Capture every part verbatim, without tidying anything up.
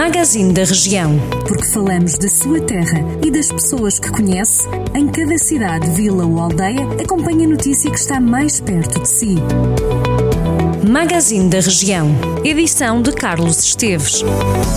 Magazine da Região. Porque falamos da sua terra e das pessoas que conhece, em cada cidade, vila ou aldeia, acompanhe a notícia que está mais perto de si. Magazine da Região. Edição de Carlos Esteves.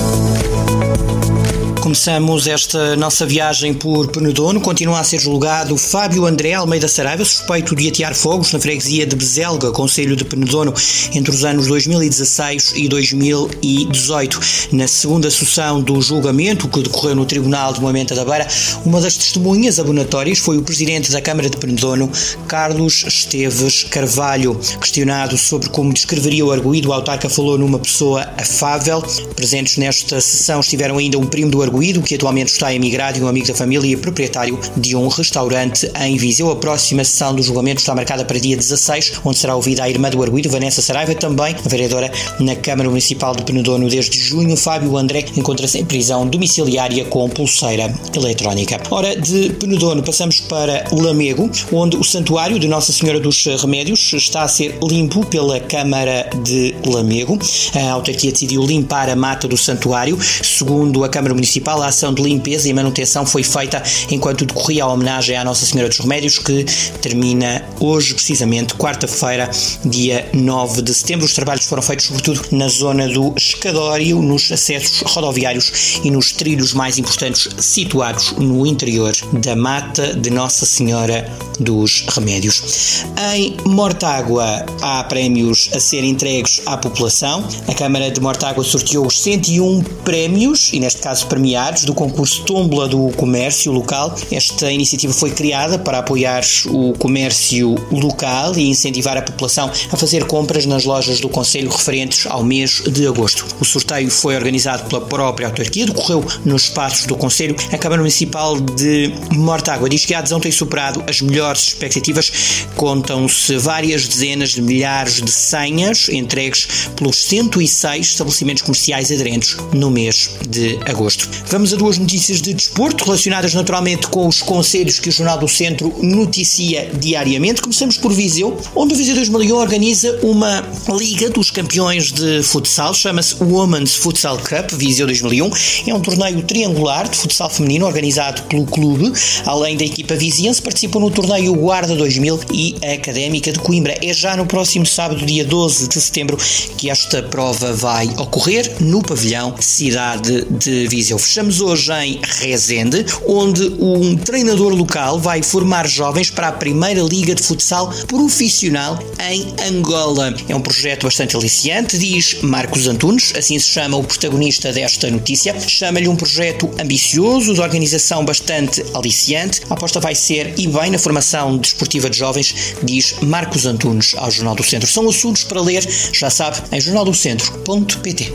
Começamos esta nossa viagem por Penedono. Continua a ser julgado Fábio André Almeida Saraiva, suspeito de atear fogos na freguesia de Bezelga, concelho de Penedono, entre os anos dois mil e dezasseis e dois mil e dezoito. Na segunda sessão do julgamento, que decorreu no Tribunal de Moimenta da Beira, uma das testemunhas abonatórias foi o presidente da Câmara de Penedono, Carlos Esteves Carvalho. Questionado sobre como descreveria o arguido, o autarca falou numa pessoa afável. Presentes nesta sessão estiveram ainda um primo do arguido, que atualmente está emigrado, e um amigo da família e proprietário de um restaurante em Viseu. A próxima sessão do julgamento está marcada para dia dezasseis, onde será ouvida a irmã do arguido, Vanessa Saraiva, também a vereadora na Câmara Municipal de Penedono desde junho. Fábio André encontra-se em prisão domiciliária com pulseira eletrónica. Ora, de Penedono passamos para o Lamego, onde o santuário de Nossa Senhora dos Remédios está a ser limpo pela Câmara de Lamego. A autarquia decidiu limpar a mata do santuário. Segundo a Câmara Municipal, a ação de limpeza e manutenção foi feita enquanto decorria a homenagem à Nossa Senhora dos Remédios, que termina hoje, precisamente, quarta-feira, dia nove de setembro. Os trabalhos foram feitos sobretudo na zona do Escadório, nos acessos rodoviários e nos trilhos mais importantes situados no interior da mata de Nossa Senhora dos Remédios. Em Mortágua há prémios a serem entregues à população. A Câmara de Mortágua sorteou os cento e um prémios, e neste caso premiados, do concurso Tómbola do Comércio Local. Esta iniciativa foi criada para apoiar o comércio local e incentivar a população a fazer compras nas lojas do concelho referentes ao mês de agosto. O sorteio foi organizado pela própria autarquia, decorreu nos espaços do concelho. A Câmara Municipal de Mortágua diz que a adesão tem superado as melhores expectativas. Contam-se várias dezenas de milhares de senhas entregues pelos cento e seis estabelecimentos comerciais aderentes no mês de agosto. Vamos a duas notícias de desporto, relacionadas naturalmente com os concelhos que o Jornal do Centro noticia diariamente. Começamos por Viseu, onde o Viseu dois mil e um organiza uma Liga dos Campeões de Futsal, chama-se Women's Futsal Cup Viseu dois mil e um. É um torneio triangular de futsal feminino organizado pelo clube. Além da equipa viziense, participam no torneio Guarda dois mil e a Académica de Coimbra. É já no próximo sábado, dia doze de setembro, que esta prova vai ocorrer no pavilhão Cidade de Viseu. Fechamos hoje em Rezende, onde um treinador local vai formar jovens para a primeira liga de futsal profissional em Angola. É um projeto bastante aliciante, diz Marcos Antunes, assim se chama o protagonista desta notícia. Chama-lhe um projeto ambicioso, de organização bastante aliciante. A aposta vai ser e bem na formação desportiva de jovens, diz Marcos Antunes ao Jornal do Centro. São assuntos para ler, já sabe, em jornal do centro ponto pt.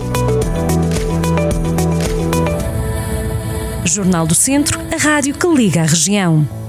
Jornal do Centro, a rádio que liga a região.